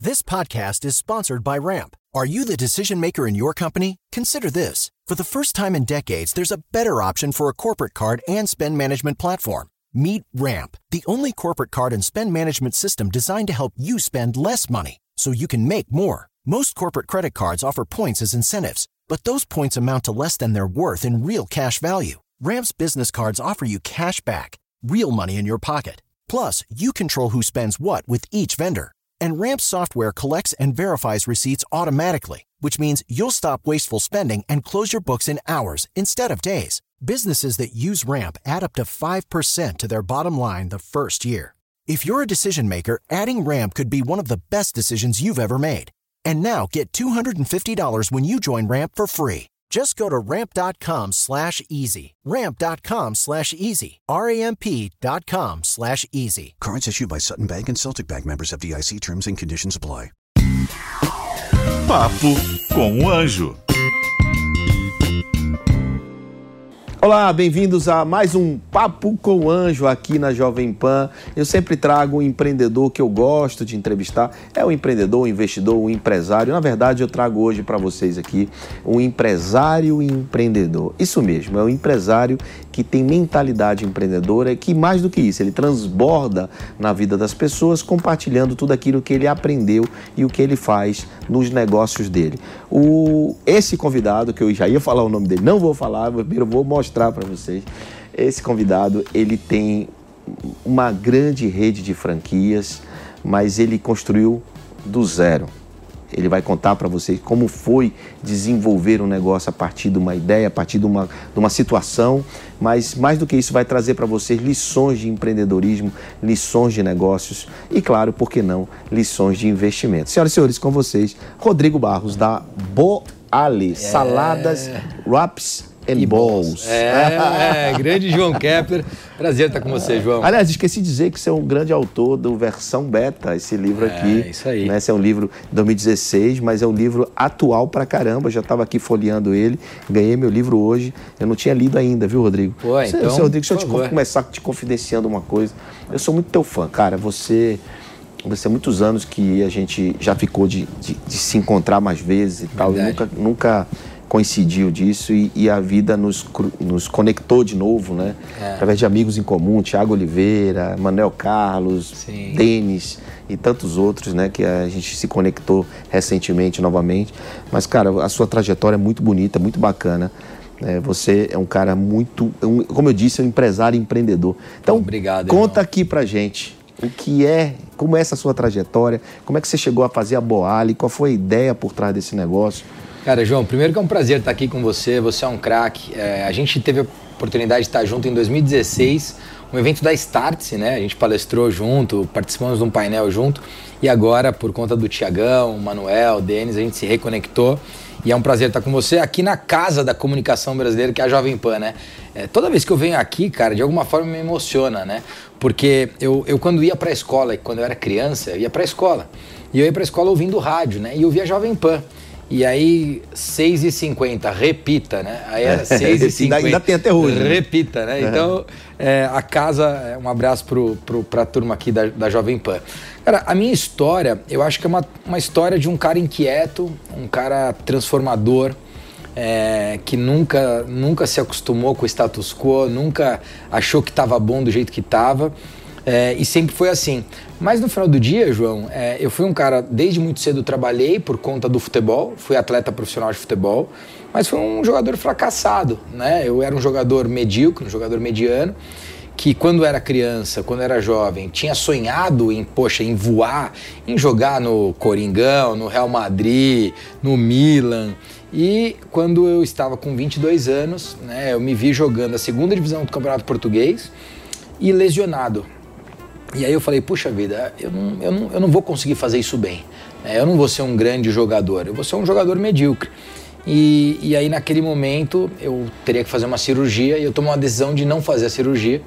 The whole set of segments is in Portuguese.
This podcast is sponsored by Ramp. Are you the decision maker in your company? Consider this. For the first time in decades, there's a better option for a corporate card and spend management platform. Meet Ramp, the only corporate card and spend management system designed to help you spend less money so you can make more. Most corporate credit cards offer points as incentives, but those points amount to less than their worth in real cash value. Ramp's business cards offer you cash back, real money in your pocket. Plus, you control who spends what with each vendor. And Ramp's software collects and verifies receipts automatically, which means you'll stop wasteful spending and close your books in hours instead of days. Businesses that use Ramp add up to 5% to their bottom line the first year. If you're a decision maker, adding Ramp could be one of the best decisions you've ever made. And now get $250 when you join Ramp for free. Just go to ramp.com/easy. Ramp.com/easy. RAMP.com/easy. Cards issued by Sutton Bank and Celtic Bank, members of FDIC. Terms and conditions apply. Papo com o Anjo. Olá, bem-vindos a mais um Papo com o Anjo aqui na Jovem Pan. Eu sempre trago um empreendedor que eu gosto de entrevistar. É um empreendedor, um investidor, um empresário. Na verdade, eu trago hoje para vocês aqui um empresário e empreendedor. Isso mesmo, é um empresário que tem mentalidade empreendedora e que, mais do que isso, ele transborda na vida das pessoas, compartilhando tudo aquilo que ele aprendeu e o que ele faz nos negócios dele. Esse convidado, que eu já ia falar o nome dele, não vou falar, primeiro vou mostrar para vocês. Esse convidado, ele tem uma grande rede de franquias, mas ele construiu do zero. Ele vai contar para vocês como foi desenvolver um negócio a partir de uma ideia, a partir de uma situação, mas mais do que isso vai trazer para vocês lições de empreendedorismo, lições de negócios e, claro, por que não, lições de investimento. Senhoras e senhores, com vocês, Rodrigo Barros, da Boali, Saladas, Wraps and Balls. Grande João Kepler. Prazer estar com você, João. Aliás, esqueci de dizer que você é um grande autor do Versão Beta, esse livro aqui. É, isso aí. Né? Esse é um livro de 2016, mas é um livro atual pra caramba. Eu já estava aqui folheando ele, ganhei meu livro hoje. Eu não tinha lido ainda, viu, Rodrigo? Pô, então, Rodrigo, deixa eu começar te confidenciando uma coisa. Eu sou muito teu fã, cara. Você há muitos anos que a gente já ficou de se encontrar mais vezes e tal. Nunca coincidiu disso e a vida nos conectou de novo, né? Através de amigos em comum, Thiago Oliveira, Manuel Carlos, Sim. Denis e tantos outros, né? Que a gente se conectou recentemente, novamente. Mas, cara, a sua trajetória é muito bonita, muito bacana. Você é um cara muito, como eu disse, um empresário e empreendedor. Então, obrigado, conta irmão. aqui pra gente como é essa sua trajetória, como é que você chegou a fazer a Boali, qual foi a ideia por trás desse negócio? Cara, João, primeiro que é um prazer estar aqui com você, você é um craque. A gente teve a oportunidade de estar junto em 2016, um evento da Startse, né? A gente palestrou junto, participamos de um painel junto e agora, por conta do Tiagão, Manuel, Denis, a gente se reconectou e é um prazer estar com você aqui na casa da comunicação brasileira, que é a Jovem Pan, né? Toda vez que eu venho aqui, cara, de alguma forma me emociona, né? Porque eu quando ia pra escola, quando eu era criança, eu ia pra escola. E eu ia pra escola ouvindo rádio, né? E eu via a Jovem Pan. E aí, 6h50, repita, né? Aí era 6h50. Ainda tem até hoje. Repita, né? Então, a casa, um abraço pra turma aqui da Jovem Pan. Cara, a minha história, eu acho que é uma história de um cara inquieto, um cara transformador, que nunca se acostumou com o status quo, nunca achou que estava bom do jeito que estava. E sempre foi assim. Mas no final do dia, João, eu fui um cara, desde muito cedo trabalhei por conta do futebol, fui atleta profissional de futebol, mas fui um jogador fracassado, né? Eu era um jogador medíocre, um jogador mediano, que quando era criança, quando era jovem, tinha sonhado em voar, em jogar no Coringão, no Real Madrid, no Milan. E quando eu estava com 22 anos, né, eu me vi jogando a segunda divisão do Campeonato Português e lesionado. E aí eu falei, puxa vida, eu não vou conseguir fazer isso bem. Eu não vou ser um grande jogador, eu vou ser um jogador medíocre. E aí naquele momento eu teria que fazer uma cirurgia e eu tomei uma decisão de não fazer a cirurgia.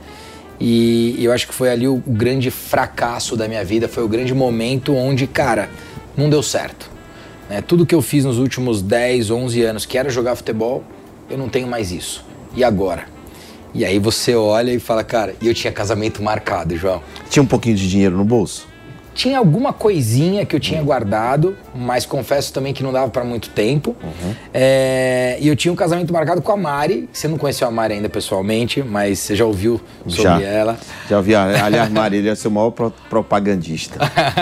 E eu acho que foi ali o grande fracasso da minha vida, foi o grande momento onde, cara, não deu certo. Tudo que eu fiz nos últimos 10, 11 anos, que era jogar futebol, eu não tenho mais isso. E agora? E aí você olha e fala, cara, e eu tinha casamento marcado, João. Tinha um pouquinho de dinheiro no bolso? Tinha alguma coisinha que eu tinha guardado, mas confesso também que não dava pra muito tempo. E eu tinha um casamento marcado com a Mari. Você não conheceu a Mari ainda pessoalmente, mas você já ouviu sobre ela. Já ouvi. Aliás, Mari, ele é seu maior propagandista.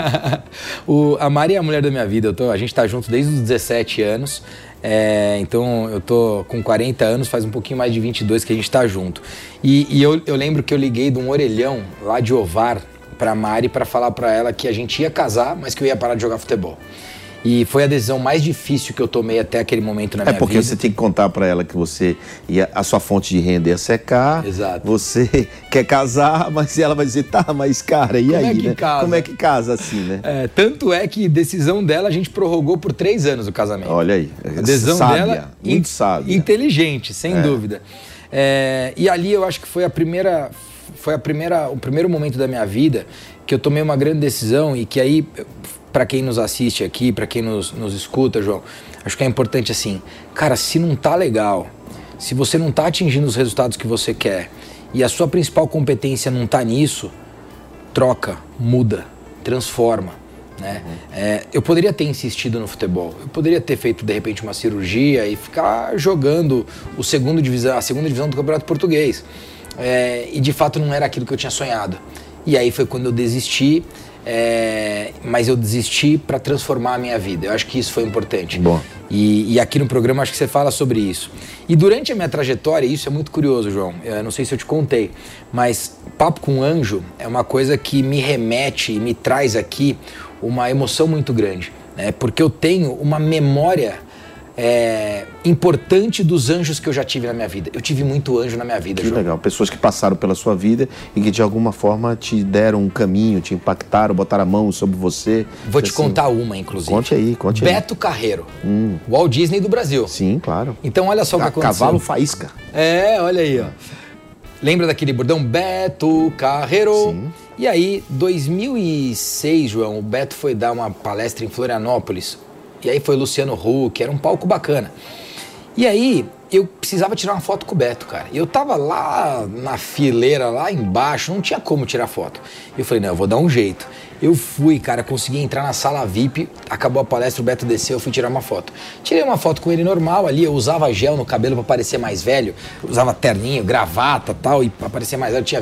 A Mari é a mulher da minha vida. A gente tá junto desde os 17 anos. Então eu tô com 40 anos, faz um pouquinho mais de 22 que a gente tá junto. E eu lembro que eu liguei de um orelhão lá de Ovar pra Mari pra falar pra ela que a gente ia casar, mas que eu ia parar de jogar futebol. E foi a decisão mais difícil que eu tomei até aquele momento na minha vida. É porque você tem que contar pra ela que a sua fonte de renda ia secar. Exato. Você quer casar, mas ela vai dizer, tá, mas cara, e aí, né? Como é que casa assim, né? Tanto é que decisão dela a gente prorrogou por 3 anos o casamento. Olha aí. A decisão sábia, dela, muito sábia. Inteligente, sem dúvida. E ali eu acho que foi o primeiro momento da minha vida que eu tomei uma grande decisão e que aí, para quem nos assiste aqui, para quem nos escuta, João, acho que é importante assim, cara, se não tá legal, se você não tá atingindo os resultados que você quer e a sua principal competência não tá nisso, troca, muda, transforma, né? Eu poderia ter insistido no futebol, eu poderia ter feito de repente uma cirurgia e ficar jogando a segunda divisão do Campeonato Português. E de fato não era aquilo que eu tinha sonhado. E aí foi quando eu desisti, mas eu desisti para transformar a minha vida. Eu acho que isso foi importante. Bom. E aqui no programa acho que você fala sobre isso. E durante a minha trajetória, isso é muito curioso, João, eu não sei se eu te contei, mas Papo com Anjo é uma coisa que me remete e me traz aqui uma emoção muito grande, né? Porque eu tenho uma memória importante dos anjos que eu já tive na minha vida. Eu tive muito anjo na minha vida, João. Que legal. Pessoas que passaram pela sua vida e que de alguma forma te deram um caminho, te impactaram, botaram a mão sobre você. Vou te contar uma, inclusive. Conte aí. Beto Carreiro, Walt Disney do Brasil. Sim, claro. Então olha só o que aconteceu. Cavalo faísca. Olha aí, ó. Lembra daquele bordão? Beto Carreiro. Sim. E aí, 2006, João, o Beto foi dar uma palestra em Florianópolis. E aí foi Luciano Huck, era um palco bacana. E aí, eu precisava tirar uma foto com o Beto, cara. E eu tava lá na fileira, lá embaixo, não tinha como tirar foto. E eu falei, não, eu vou dar um jeito. Eu fui, cara, consegui entrar na sala VIP, acabou a palestra, o Beto desceu, eu fui tirar uma foto. Tirei uma foto com ele normal ali, eu usava gel no cabelo pra parecer mais velho, eu usava terninho, gravata e tal, e pra parecer mais velho, eu tinha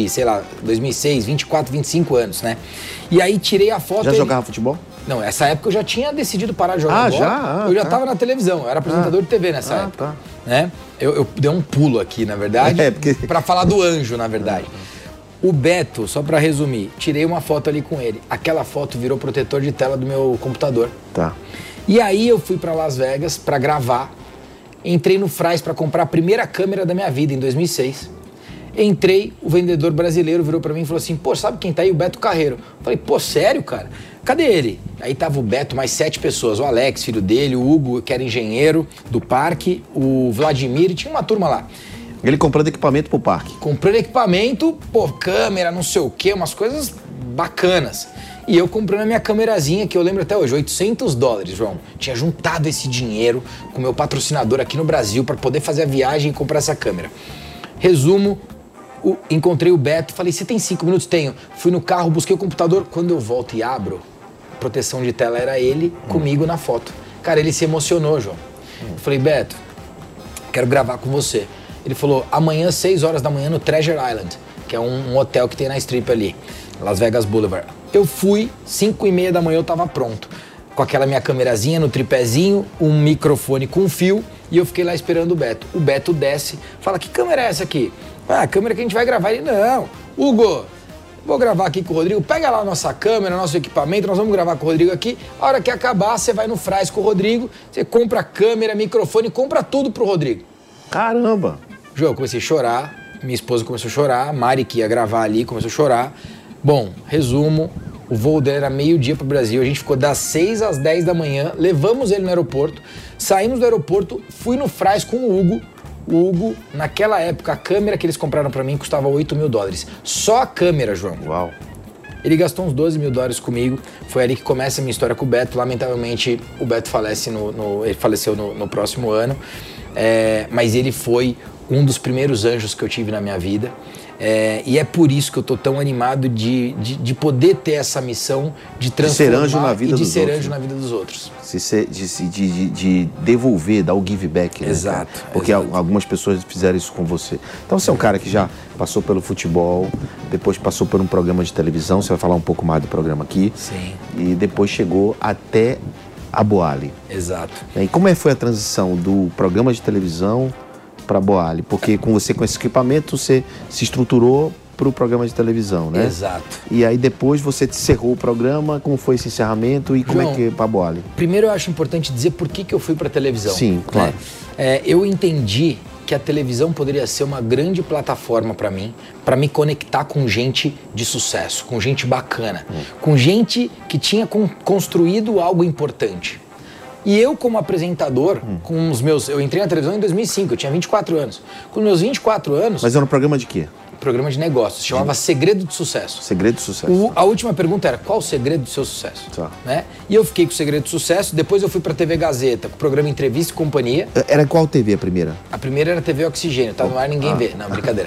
2006, 24, 25 anos, né? E aí tirei a foto... Já jogava futebol? Não, nessa época eu já tinha decidido parar de jogar bola. Eu já tava na televisão, eu era apresentador de TV nessa época. Tá. Né? Eu dei um pulo aqui, na verdade, pra falar do anjo, na verdade. O Beto, só pra resumir, tirei uma foto ali com ele. Aquela foto virou protetor de tela do meu computador. Tá. E aí eu fui pra Las Vegas pra gravar. Entrei no Frais pra comprar a primeira câmera da minha vida, em 2006. Entrei, o vendedor brasileiro virou pra mim e falou assim, pô, sabe quem tá aí? O Beto Carreiro. Eu falei, pô, sério, cara? Cadê ele? Aí tava o Beto, mais 7 pessoas, o Alex, filho dele, o Hugo, que era engenheiro do parque, o Vladimir, e tinha uma turma lá. Ele comprando equipamento pro parque. Comprando equipamento, pô, câmera, não sei o quê, umas coisas bacanas. E eu comprando a minha câmerazinha, que eu lembro até hoje, $800, João. Tinha juntado esse dinheiro com meu patrocinador aqui no Brasil para poder fazer a viagem e comprar essa câmera. Resumo, encontrei o Beto, falei, você tem 5 minutos? Tenho. Fui no carro, busquei o computador. Quando eu volto e abro, proteção de tela era ele comigo na foto. Cara, ele se emocionou, João. Eu falei, Beto, quero gravar com você. Ele falou, amanhã, 6 horas da manhã, no Treasure Island, que é um hotel que tem na Strip ali, Las Vegas Boulevard. Eu fui, 5:30 da manhã eu tava pronto, com aquela minha câmerazinha no tripézinho, um microfone com fio, e eu fiquei lá esperando o Beto. O Beto desce, fala, que câmera é essa aqui? Ah, a câmera que a gente vai gravar. Ele, não, Hugo, vou gravar aqui com o Rodrigo, pega lá a nossa câmera, nosso equipamento, nós vamos gravar com o Rodrigo aqui. A hora que acabar, você vai no Frais com o Rodrigo, você compra a câmera, microfone, compra tudo pro Rodrigo. Caramba! João, eu comecei a chorar, minha esposa começou a chorar, a Mari, que ia gravar ali, começou a chorar. Bom, resumo, o voo dele era meio-dia pro Brasil, a gente ficou das 6 às 10 da manhã, levamos ele no aeroporto, saímos do aeroporto, fui no Frais com o Hugo. O Hugo, naquela época, a câmera que eles compraram pra mim custava $8.000. Só a câmera, João. Uau! Ele gastou uns $12.000 comigo. Foi ali que começa a minha história com o Beto. Lamentavelmente, o Beto ele faleceu no próximo ano. Mas ele foi um dos primeiros anjos que eu tive na minha vida. E é por isso que eu estou tão animado de poder ter essa missão de transformar de ser anjo na vida e de dos ser outros, anjo na vida dos outros. De devolver, dar o give back. Exato. Né, porque algumas pessoas fizeram isso com você. Então você é um cara que já passou pelo futebol, depois passou por um programa de televisão, você vai falar um pouco mais do programa aqui. Sim. E depois chegou até a Boali. Exato. E como foi a transição do programa de televisão para a Boali? Porque com esse equipamento você se estruturou para o programa de televisão, né? Exato. E aí depois você encerrou o programa, como foi esse encerramento e como é que é para a Boali? Primeiro eu acho importante dizer por que eu fui para a televisão. Sim, claro. Né? Eu entendi que a televisão poderia ser uma grande plataforma para mim, para me conectar com gente de sucesso, com gente bacana, com gente que tinha construído algo importante. E eu, como apresentador, com os meus... Eu entrei na televisão em 2005, eu tinha 24 anos. Com meus 24 anos... Mas era um programa de quê? Programa de negócios, chamava Segredo de Sucesso. Segredo de Sucesso. A última pergunta era, qual o segredo do seu sucesso? Tá. Né? E eu fiquei com o Segredo de Sucesso, depois eu fui pra TV Gazeta, com o programa Entrevista e Companhia. Era qual TV a primeira? A primeira era TV Oxigênio, tá no ar, ninguém vê. Não, brincadeira.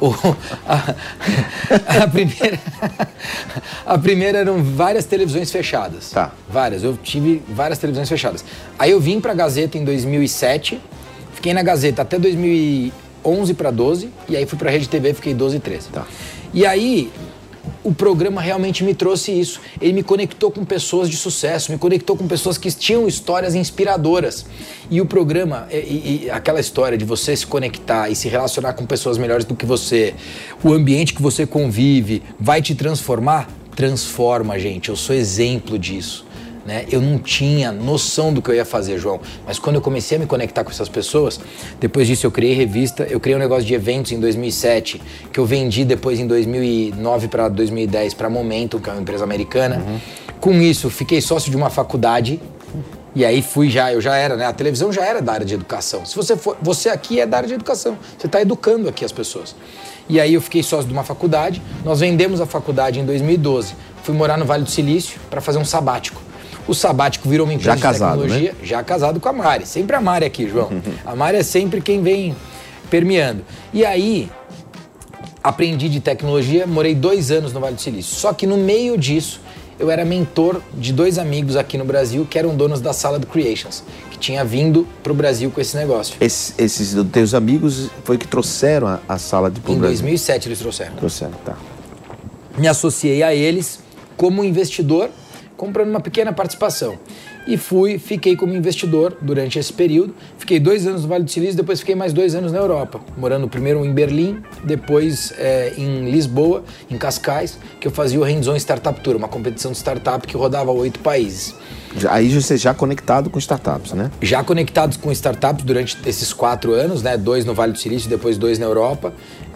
A primeira eram várias televisões fechadas. Tá. Várias, eu tive várias televisões fechadas. Aí eu vim pra Gazeta em 2007, fiquei na Gazeta até 2011 para 12, e aí fui pra Rede TV, fiquei 12 e 13. Tá. E aí, o programa realmente me trouxe isso. Ele me conectou com pessoas de sucesso, me conectou com pessoas que tinham histórias inspiradoras. E o programa, aquela história de você se conectar e se relacionar com pessoas melhores do que você, o ambiente que você convive, vai te transformar? Transforma, gente. Eu sou exemplo disso. Né? Eu não tinha noção do que eu ia fazer, João, mas quando eu comecei a me conectar com essas pessoas, depois disso eu criei revista, eu criei um negócio de eventos em 2007, que eu vendi depois em 2009 para 2010 para Momentum, que é uma empresa americana. Com isso, fiquei sócio de uma faculdade e aí eu já era, né? A televisão já era da área de educação. Se você aqui é da área de educação, você está educando aqui as pessoas. E aí eu fiquei sócio de uma faculdade, nós vendemos a faculdade em 2012, fui morar no Vale do Silício para fazer um sabático. O sabático virou uma empresa de tecnologia, né? Já casado com a Mari. Sempre a Mari aqui, João. A Mari é sempre quem vem permeando. E aí, aprendi de tecnologia, morei 2 anos no Vale do Silício. Só que no meio disso, eu era mentor de 2 amigos aqui no Brasil que eram donos da Salad Creations, que tinha vindo pro Brasil com esse negócio. Esses teus amigos foi que trouxeram a Salad pro Brasil? Em 2007 eles trouxeram. Trouxeram, tá. Me associei a eles como investidor, comprando uma pequena participação. E fiquei como investidor durante esse período. Fiquei 2 anos no Vale do Silício, depois fiquei mais 2 anos na Europa. Morando primeiro em Berlim, depois em Lisboa, em Cascais, que eu fazia o Hands-On Startup Tour, uma competição de startup que rodava 8 países. Aí você já conectado com startups, né? Já conectados com startups durante esses 4 anos, né? 2 no Vale do Silício, depois 2 na Europa.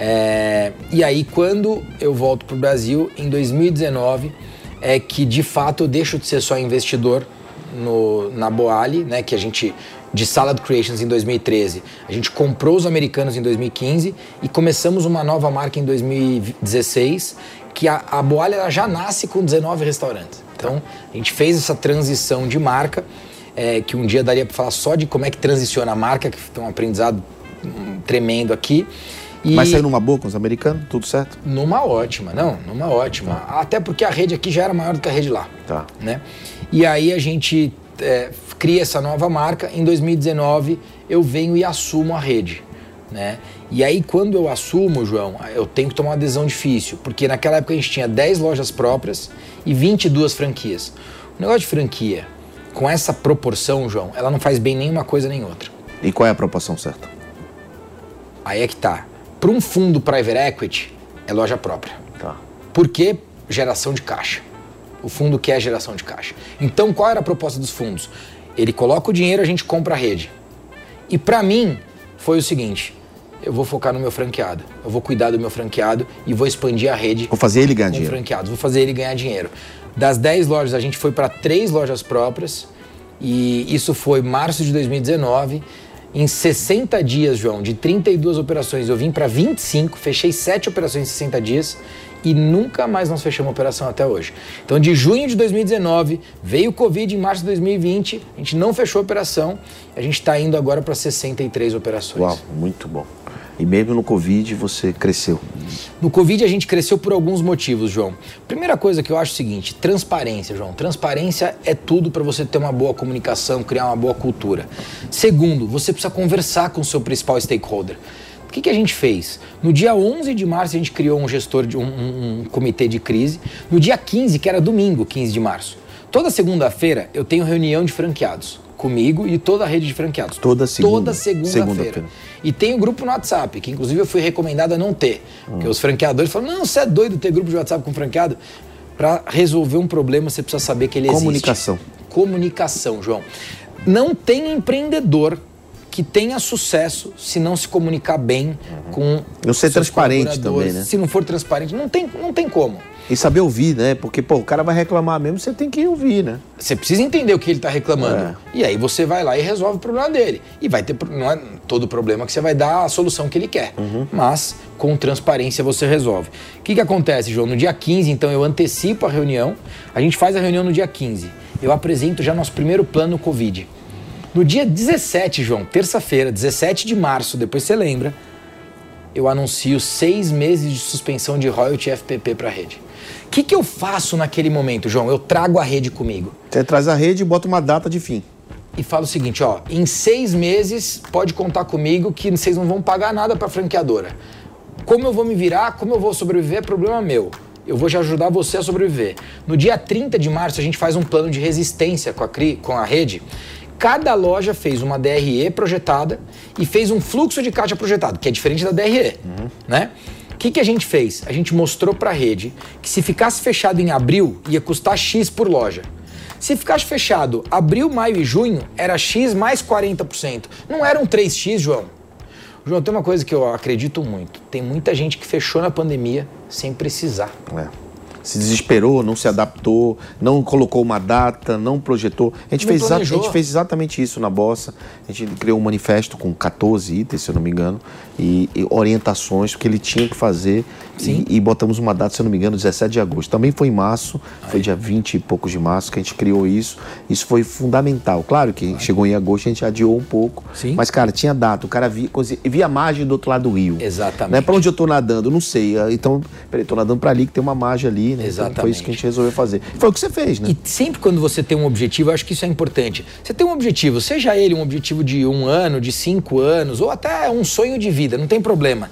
E aí, quando eu volto para o Brasil, em 2019, é que de fato eu deixo de ser só investidor na Boali, né, que a gente, de Salad Creations em 2013, a gente comprou os americanos em 2015 e começamos uma nova marca em 2016, que a Boali ela já nasce com 19 restaurantes. Então a gente fez essa transição de marca, que um dia daria para falar só de como é que transiciona a marca, que foi um aprendizado tremendo aqui. Mas saiu numa boa com os americanos? Tudo certo? Numa ótima. Até porque a rede aqui já era maior do que a rede lá. Tá. Né? E aí a gente cria essa nova marca. Em 2019 eu venho e assumo a rede. Né? E aí quando eu assumo, João, eu tenho que tomar uma decisão difícil. Porque naquela época a gente tinha 10 lojas próprias e 22 franquias. O negócio de franquia, com essa proporção, João, ela não faz bem nenhuma coisa nem outra. E qual é a proporção certa? Aí é que tá. Para um fundo private equity, é loja própria. Tá. Por que geração de caixa? O fundo quer geração de caixa. Então, qual era a proposta dos fundos? Ele coloca o dinheiro, a gente compra a rede. E para mim, foi o seguinte, eu vou focar no meu franqueado. Eu vou cuidar do meu franqueado e vou expandir a rede. Vou fazer ele ganhar dinheiro. Franqueados. Vou fazer ele ganhar dinheiro. Das 10 lojas, a gente foi para 3 lojas próprias. E isso foi março de 2019. Em 60 dias, João, de 32 operações, eu vim para 25, fechei 7 operações em 60 dias e nunca mais nós fechamos a operação até hoje. Então, de junho de 2019, veio o Covid em março de 2020, a gente não fechou a operação, a gente está indo agora para 63 operações. Uau, muito bom. E mesmo no Covid você cresceu. No Covid a gente cresceu por alguns motivos, João. Primeira coisa que eu acho é o seguinte, transparência, João. Transparência é tudo para você ter uma boa comunicação, criar uma boa cultura. Segundo, você precisa conversar com o seu principal stakeholder. O que a gente fez? No dia 11 de março a gente criou um gestor, um comitê de crise. No dia 15, que era domingo, 15 de março. Toda segunda-feira eu tenho reunião de franqueados. Comigo e toda a rede de franqueados. Toda segunda-feira. E tem o grupo no WhatsApp, que inclusive eu fui recomendado a não ter. Porque os franqueadores falam, não, você é doido ter grupo de WhatsApp com franqueado? Para resolver um problema, você precisa saber que ele existe. Comunicação, João. Não tem empreendedor que tenha sucesso se não se comunicar bem com não ser transparente também, né? Se não for transparente, não tem como. E saber ouvir, né? Porque, o cara vai reclamar mesmo, você tem que ouvir, né? Você precisa entender o que ele está reclamando. E aí você vai lá e resolve o problema dele. E vai ter, não é todo problema que você vai dar a solução que ele quer. Mas, com transparência, você resolve. O que acontece, João? No dia 15, então, eu antecipo a reunião. A gente faz a reunião no dia 15. Eu apresento já nosso primeiro plano Covid. No dia 17, João, terça-feira, 17 de março, depois você lembra, eu anuncio 6 meses de suspensão de royalty FPP para a rede. O que eu faço naquele momento, João? Eu trago a rede comigo. Você traz a rede e bota uma data de fim. E falo o seguinte, em 6 meses pode contar comigo que vocês não vão pagar nada para a franqueadora. Como eu vou me virar, como eu vou sobreviver, é problema meu. Eu vou já ajudar você a sobreviver. No dia 30 de março a gente faz um plano de resistência com a rede. Cada loja fez uma DRE projetada e fez um fluxo de caixa projetado, que é diferente da DRE, né? O que a gente fez? A gente mostrou para a rede que se ficasse fechado em abril, ia custar X por loja. Se ficasse fechado abril, maio e junho, era X mais 40%. Não eram 3X, João. João, tem uma coisa que eu acredito muito. Tem muita gente que fechou na pandemia sem precisar. Se desesperou, não se adaptou, não colocou uma data, não projetou. A gente fez exatamente isso na Bossa. A gente criou um manifesto com 14 itens, se eu não me engano, e orientações que ele tinha que fazer. E botamos uma data, se eu não me engano, 17 de agosto. Também foi em março, foi dia 20 e poucos de março que a gente criou isso. Isso foi fundamental. Claro que chegou em agosto, a gente adiou um pouco. Mas, cara, tinha data. O cara via a margem do outro lado do rio. Exatamente. Não é pra onde eu tô nadando, eu não sei. Então, peraí, tô nadando pra ali que tem uma margem ali. Né? Exatamente. Então, foi isso que a gente resolveu fazer. Foi o que você fez, né? E sempre quando você tem um objetivo, eu acho que isso é importante. Você tem um objetivo, seja ele um objetivo de 1 ano, de 5 anos, ou até um sonho de vida, não tem problema.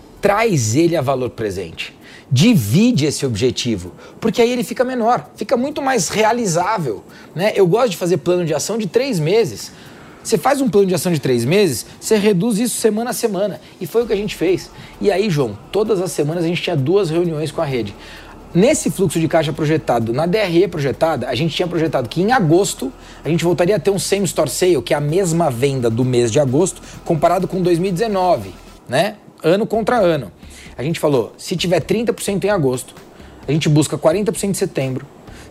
Traz ele a valor presente. Divide esse objetivo, porque aí ele fica menor, fica muito mais realizável, né? Eu gosto de fazer plano de ação de 3 meses. Você faz um plano de ação de 3 meses, você reduz isso semana a semana. E foi o que a gente fez. E aí, João, todas as semanas a gente tinha 2 reuniões com a rede. Nesse fluxo de caixa projetado, na DRE projetada, a gente tinha projetado que em agosto a gente voltaria a ter um same store sale, que é a mesma venda do mês de agosto, comparado com 2019, né? Ano contra ano. A gente falou, se tiver 30% em agosto, a gente busca 40% em setembro,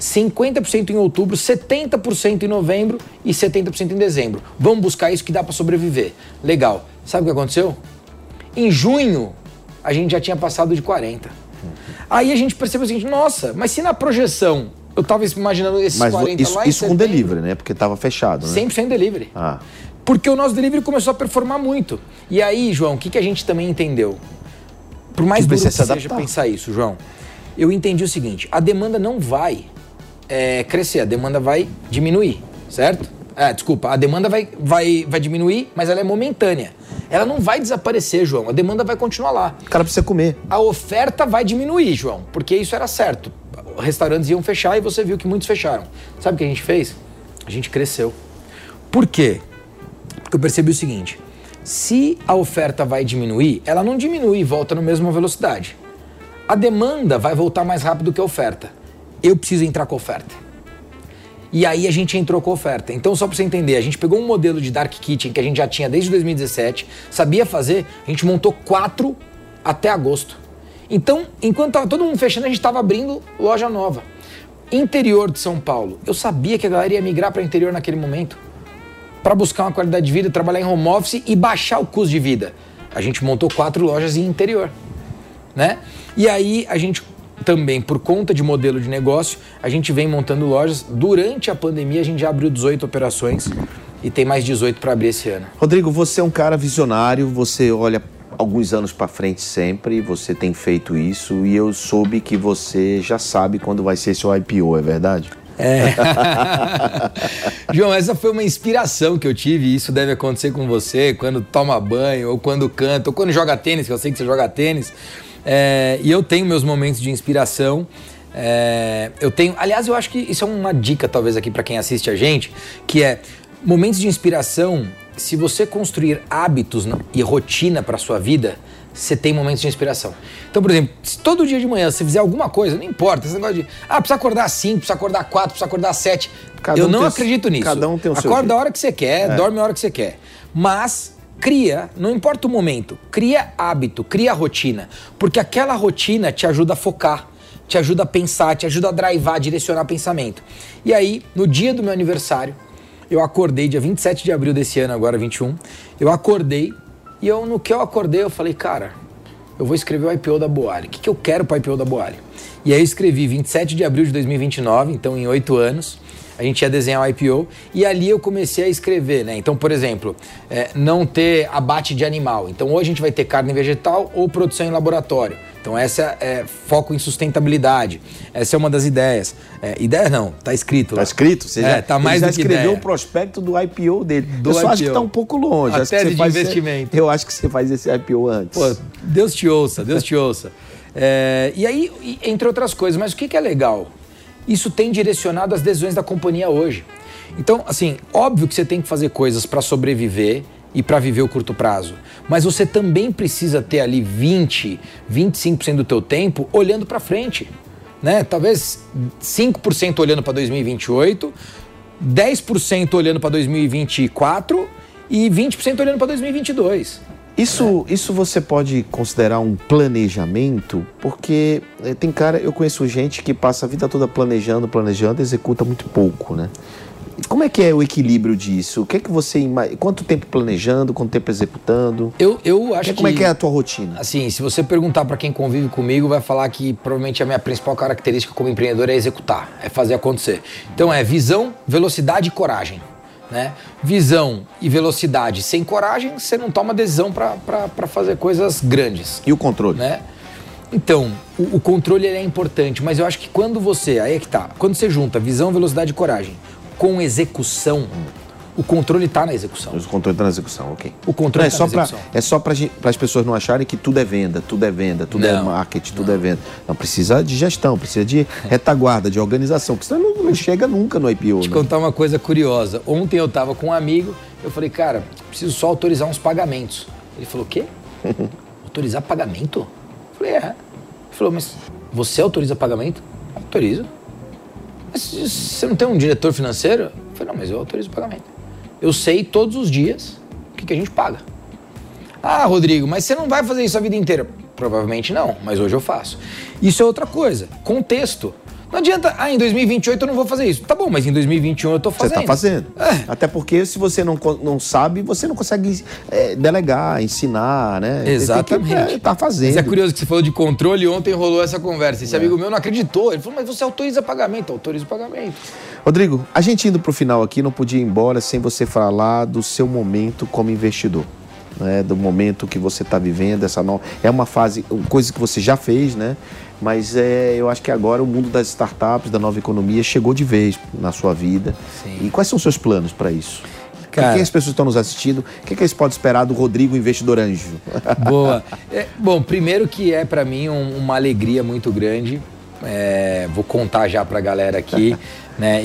50% em outubro, 70% em novembro e 70% em dezembro. Vamos buscar isso que dá para sobreviver. Legal. Sabe o que aconteceu? Em junho, a gente já tinha passado de 40%. Aí a gente percebeu o seguinte, nossa, mas se na projeção eu tava imaginando esses 40 isso, lá em isso setembro, com delivery, né? Porque tava fechado, né? 100% delivery. Porque o nosso delivery começou a performar muito. E aí, João, o que a gente também entendeu? Por mais duro que seja pensar isso, João, eu entendi o seguinte, a demanda não vai crescer, a demanda vai diminuir, certo? Desculpa, a demanda vai diminuir, mas ela é momentânea. Ela não vai desaparecer, João, a demanda vai continuar lá. O cara precisa comer. A oferta vai diminuir, João, porque isso era certo. Restaurantes iam fechar e você viu que muitos fecharam. Sabe o que a gente fez? A gente cresceu. Por quê? Porque eu percebi o seguinte, se a oferta vai diminuir, ela não diminui e volta na mesma velocidade. A demanda vai voltar mais rápido que a oferta. Eu preciso entrar com a oferta. E aí a gente entrou com a oferta. Então, só para você entender, a gente pegou um modelo de Dark Kitchen que a gente já tinha desde 2017, sabia fazer, a gente montou 4 até agosto. Então, enquanto estava todo mundo fechando, a gente estava abrindo loja nova. Interior de São Paulo. Eu sabia que a galera ia migrar para o interior naquele momento, para buscar uma qualidade de vida, trabalhar em home office e baixar o custo de vida. A gente montou 4 lojas em interior, né? E aí a gente também, por conta de modelo de negócio, a gente vem montando lojas. Durante a pandemia, a gente já abriu 18 operações e tem mais 18 para abrir esse ano. Rodrigo, você é um cara visionário, você olha alguns anos para frente sempre, você tem feito isso e eu soube que você já sabe quando vai ser seu IPO, é verdade? João, essa foi uma inspiração que eu tive e isso deve acontecer com você quando toma banho, ou quando canta, ou quando joga tênis, que eu sei que você joga tênis. E eu tenho meus momentos de inspiração. Aliás, eu acho que isso é uma dica talvez aqui para quem assiste a gente, que é momentos de inspiração. Se você construir hábitos e rotina para sua vida, você tem momentos de inspiração. Então, por exemplo, se todo dia de manhã você fizer alguma coisa, não importa, esse negócio de precisa acordar às 5, precisa acordar às 4, precisa acordar às 7. Eu não acredito nisso. Cada um tem o seu Acorda jeito. a hora que você quer, dorme a hora que você quer. Mas cria, não importa o momento, cria hábito, cria rotina, porque aquela rotina te ajuda a focar, te ajuda a pensar, te ajuda a drivar, direcionar pensamento. E aí, no dia do meu aniversário, eu acordei, dia 27 de abril desse ano, agora 21, eu acordei e no que eu acordei eu falei, cara, eu vou escrever o IPO da Boali. O que eu quero para o IPO da Boali? E aí eu escrevi 27 de abril de 2029, então em 8 anos, a gente ia desenhar o IPO e ali eu comecei a escrever, né? Então, por exemplo, não ter abate de animal. Então, ou a gente vai ter carne vegetal ou produção em laboratório. Então, essa é foco em sustentabilidade. Essa é uma das ideias. Ideia não, tá escrito lá. Tá escrito? Você tá mais ele já do que escreveu ideia. o prospecto do IPO dele. Do eu só acho IPO. que tá um pouco longe. A Acho que tese você de faz investimento. Eu acho que você faz esse IPO antes. Pô, Deus te ouça, Deus te ouça. E aí, entre outras coisas, mas o que é legal? Isso tem direcionado as decisões da companhia hoje. Então, assim, óbvio que você tem que fazer coisas para sobreviver e para viver o curto prazo, mas você também precisa ter ali 20, 25% do teu tempo olhando para frente, né? Talvez 5% olhando para 2028, 10% olhando para 2024 e 20% olhando para 2022. Isso você pode considerar um planejamento? Porque eu conheço gente que passa a vida toda planejando, executa muito pouco, né? Como é que é o equilíbrio disso? O que é que você quanto tempo planejando, quanto tempo executando? Eu acho que... Como é que é a tua rotina? Assim, se você perguntar para quem convive comigo, vai falar que provavelmente a minha principal característica como empreendedor é executar, é fazer acontecer. Então é visão, velocidade e coragem, né? Visão e velocidade sem coragem, você não toma decisão para fazer coisas grandes. E o controle? Né? Então, o controle ele é importante, mas eu acho que quando você... Aí é que tá. Quando você junta visão, velocidade e coragem com execução, o controle está na execução. O controle está na execução, ok. O controle está na execução. É só para as pessoas não acharem que tudo é venda, tudo é marketing, tudo é venda. Não, precisa de gestão, precisa de retaguarda, de organização, porque senão não chega nunca no IPO. Vou te contar uma coisa curiosa. Ontem eu estava com um amigo, eu falei, cara, preciso só autorizar uns pagamentos. Ele falou, o quê? Autorizar pagamento? Eu falei, é. Ele falou, mas você autoriza pagamento? Autorizo. Mas você não tem um diretor financeiro? Eu falei, não, mas eu autorizo o pagamento. Eu sei todos os dias o que a gente paga. Ah, Rodrigo, mas você não vai fazer isso a vida inteira? Provavelmente não, mas hoje eu faço. Isso é outra coisa, contexto. Não adianta, em 2028 eu não vou fazer isso. Tá bom, mas em 2021 eu tô fazendo. Você tá fazendo. Até porque se você não sabe, você não consegue delegar, ensinar, né? Exatamente. Tá fazendo. Mas é curioso que você falou de controle e ontem rolou essa conversa. Esse amigo meu não acreditou. Ele falou, mas você autoriza pagamento? Autoriza o pagamento. Rodrigo, a gente indo pro final aqui, não podia ir embora sem você falar do seu momento como investidor. Né, do momento que você está vivendo, é uma fase, coisa que você já fez, né? Mas eu acho que agora o mundo das startups, da nova economia, chegou de vez na sua vida. Sim. E quais são os seus planos para isso? Cara, quem as pessoas estão nos assistindo, o que eles podem esperar do Rodrigo Investidor Anjo? Boa. Bom, primeiro que é para mim uma alegria muito grande. Vou contar já para a galera aqui, né?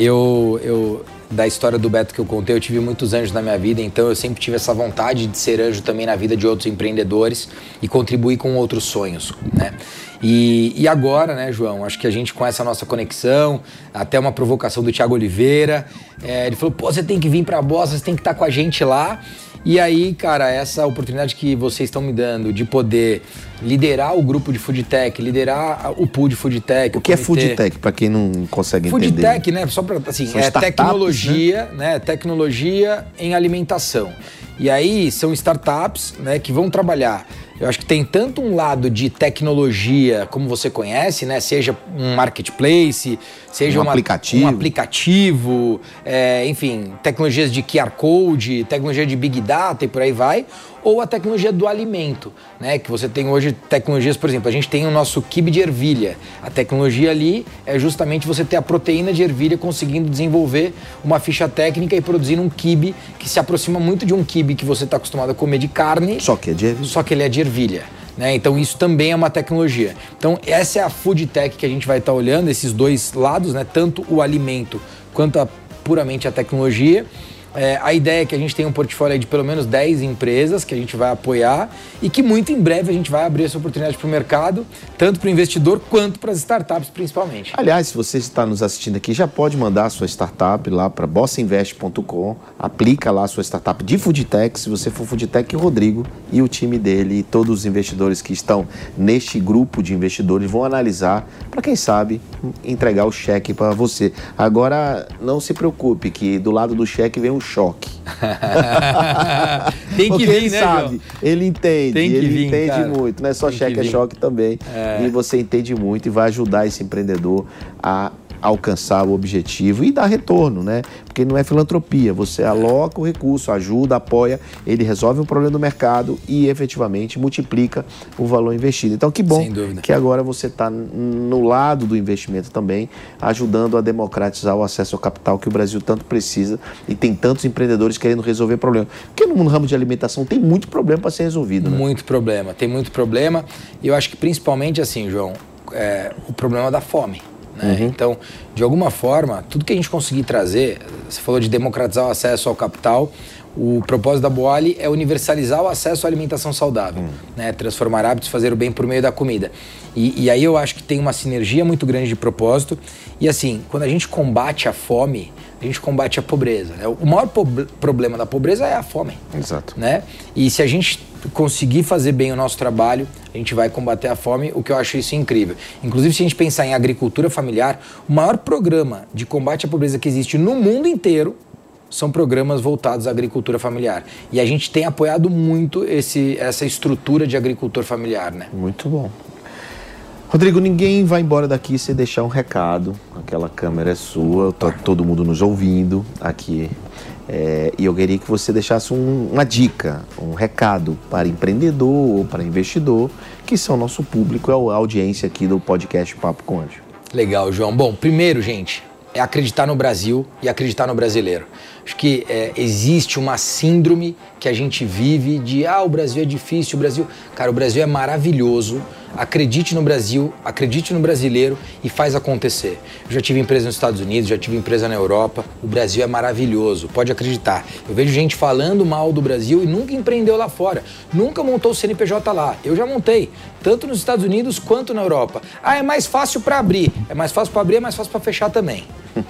Da história do Beto que eu contei, eu tive muitos anjos na minha vida, então eu sempre tive essa vontade de ser anjo também na vida de outros empreendedores e contribuir com outros sonhos, né? E agora, né, João, acho que a gente com essa nossa conexão, até uma provocação do Thiago Oliveira, ele falou, pô, você tem que vir pra Bossa, você tem que estar com a gente lá. E aí, cara, essa oportunidade que vocês estão me dando de poder liderar o grupo de Foodtech, liderar o pool de Foodtech. O que é Foodtech, para quem não consegue entender? Foodtech, né? Só para assim, tecnologia, né? Tecnologia em alimentação. E aí são startups, né, que vão trabalhar Eu acho que tem tanto um lado de tecnologia, como você conhece, né? Seja um marketplace, seja um aplicativo, enfim, tecnologias de QR Code, tecnologia de Big Data e por aí vai, ou a tecnologia do alimento, né? Que você tem hoje tecnologias, por exemplo, a gente tem o nosso quibe de ervilha. A tecnologia ali é justamente você ter a proteína de ervilha conseguindo desenvolver uma ficha técnica e produzindo um quibe que se aproxima muito de um quibe que você está acostumado a comer de carne. Só que é de ervilha. Só que ele é de ervilha. Né? Então isso também é uma tecnologia. Então essa é a food tech que a gente vai estar olhando, esses dois lados, né? Tanto o alimento quanto puramente a tecnologia. A ideia é que a gente tenha um portfólio aí de pelo menos 10 empresas que a gente vai apoiar e que muito em breve a gente vai abrir essa oportunidade para o mercado, tanto para o investidor quanto para as startups principalmente. Aliás, se você está nos assistindo aqui, já pode mandar a sua startup lá para bossainvest.com, aplica lá a sua startup de foodtech. Se você for foodtech, o Rodrigo e o time dele e todos os investidores que estão neste grupo de investidores vão analisar para, quem sabe, entregar o cheque para você. Agora, não se preocupe que do lado do cheque vem um choque. Tem que porque vir, ele né, sabe, João? ele entende, ele entende cara. muito, não é só cheque, é choque também. E você entende muito e vai ajudar esse empreendedor a alcançar o objetivo e dar retorno, né? Porque não é filantropia, você aloca o recurso, ajuda, apoia, ele resolve um problema do mercado e efetivamente multiplica o valor investido. Então que bom que agora você está no lado do investimento também, ajudando a democratizar o acesso ao capital que o Brasil tanto precisa e tem tantos empreendedores querendo resolver problemas. Porque no ramo de alimentação tem muito problema para ser resolvido, né? Muito problema, tem muito problema e eu acho que principalmente assim, João, o problema da fome. Então, de alguma forma, tudo que a gente conseguir trazer, você falou de democratizar o acesso ao capital, o propósito da Boali é universalizar o acesso à alimentação saudável, né? Transformar hábitos, fazer o bem por meio da comida. E aí eu acho que tem uma sinergia muito grande de propósito e assim, quando a gente combate a fome, a gente combate a pobreza, né? O maior problema da pobreza é a fome. Exato. Né? E se a gente conseguir fazer bem o nosso trabalho, a gente vai combater a fome, o que eu acho isso incrível. Inclusive, se a gente pensar em agricultura familiar, o maior programa de combate à pobreza que existe no mundo inteiro são programas voltados à agricultura familiar. E a gente tem apoiado muito essa estrutura de agricultor familiar, né? Muito bom. Rodrigo, ninguém vai embora daqui sem deixar um recado. Aquela câmera é sua, tá todo mundo nos ouvindo aqui. E eu queria que você deixasse uma dica, um recado para empreendedor ou para investidor, que são nosso público, é a audiência aqui do podcast Papo com Anjo. Legal, João. Bom, primeiro, gente, é acreditar no Brasil e acreditar no brasileiro. Acho que existe uma síndrome que a gente vive de o Brasil é difícil, o Brasil... Cara, o Brasil é maravilhoso. Acredite no Brasil, acredite no brasileiro e faz acontecer. Eu já tive empresa nos Estados Unidos, já tive empresa na Europa. O Brasil é maravilhoso, pode acreditar. Eu vejo gente falando mal do Brasil e nunca empreendeu lá fora. Nunca montou o CNPJ lá. Eu já montei, tanto nos Estados Unidos quanto na Europa. É mais fácil para abrir. É mais fácil para abrir, é mais fácil para fechar também.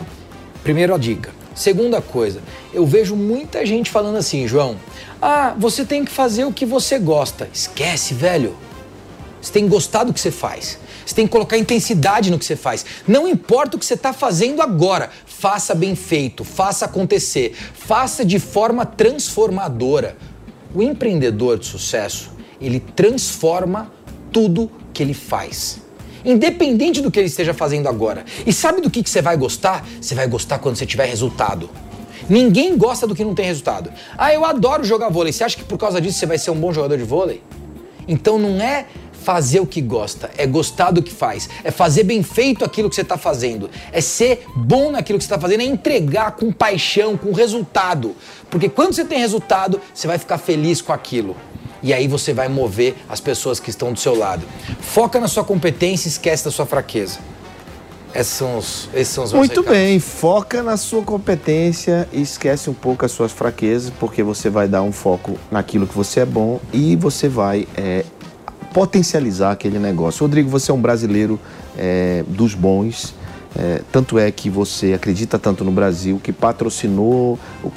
Primeira dica. Segunda coisa, eu vejo muita gente falando assim, João, você tem que fazer o que você gosta. Esquece, velho. Você tem que gostar do que você faz. Você tem que colocar intensidade no que você faz. Não importa o que você está fazendo agora. Faça bem feito, faça acontecer. Faça de forma transformadora. O empreendedor de sucesso, ele transforma tudo que ele faz. Independente do que ele esteja fazendo agora. E sabe do que você vai gostar? Você vai gostar quando você tiver resultado. Ninguém gosta do que não tem resultado. Eu adoro jogar vôlei. Você acha que por causa disso você vai ser um bom jogador de vôlei? Então não é fazer o que gosta, é gostar do que faz, é fazer bem feito aquilo que você está fazendo, é ser bom naquilo que você está fazendo, é entregar com paixão, com resultado. Porque quando você tem resultado, você vai ficar feliz com aquilo. E aí você vai mover as pessoas que estão do seu lado. Foca na sua competência e esquece da sua fraqueza. Esses são os meus Muito recados. bem, foca na sua competência e esquece um pouco as suas fraquezas, porque você vai dar um foco naquilo que você é bom e você vai potencializar aquele negócio. Rodrigo, você é um brasileiro dos bons, tanto é que você acredita tanto no Brasil que patrocinou o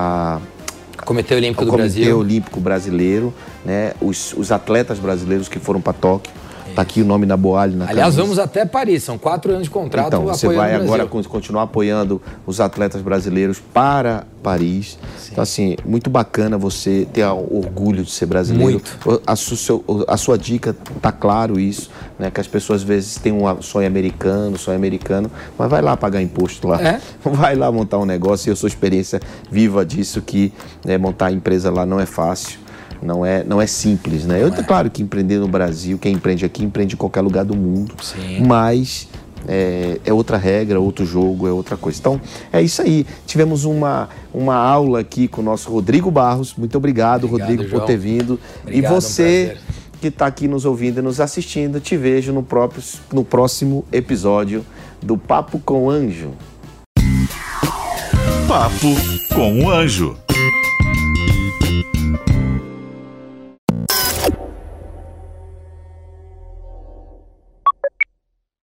Comitê Olímpico do Comitê Brasil. Olímpico Brasileiro, né? Os atletas brasileiros que foram para Tóquio. Tá aqui o nome na Boalho, na Aliás, camisa. vamos até Paris, são 4 anos de contrato. Então, você vai apoiando o agora Brasil. continuar apoiando os atletas brasileiros para Paris. Sim. Então, assim, muito bacana você ter orgulho de ser brasileiro. Muito. A sua dica, tá claro isso, né? Que as pessoas às vezes têm um sonho americano, mas vai lá pagar imposto lá. Vai lá montar um negócio, e eu sou experiência viva disso, que montar a empresa lá não é fácil. Não é simples, né? Claro que empreender no Brasil, quem empreende aqui, empreende em qualquer lugar do mundo. Sim. Mas é outra regra, outro jogo, é outra coisa. Então, é isso aí. Tivemos uma aula aqui com o nosso Rodrigo Barros. Muito obrigado, Rodrigo, João, por ter vindo. Obrigado, e você que está aqui nos ouvindo e nos assistindo, te vejo no próximo episódio do Papo com o Anjo. Papo com o Anjo.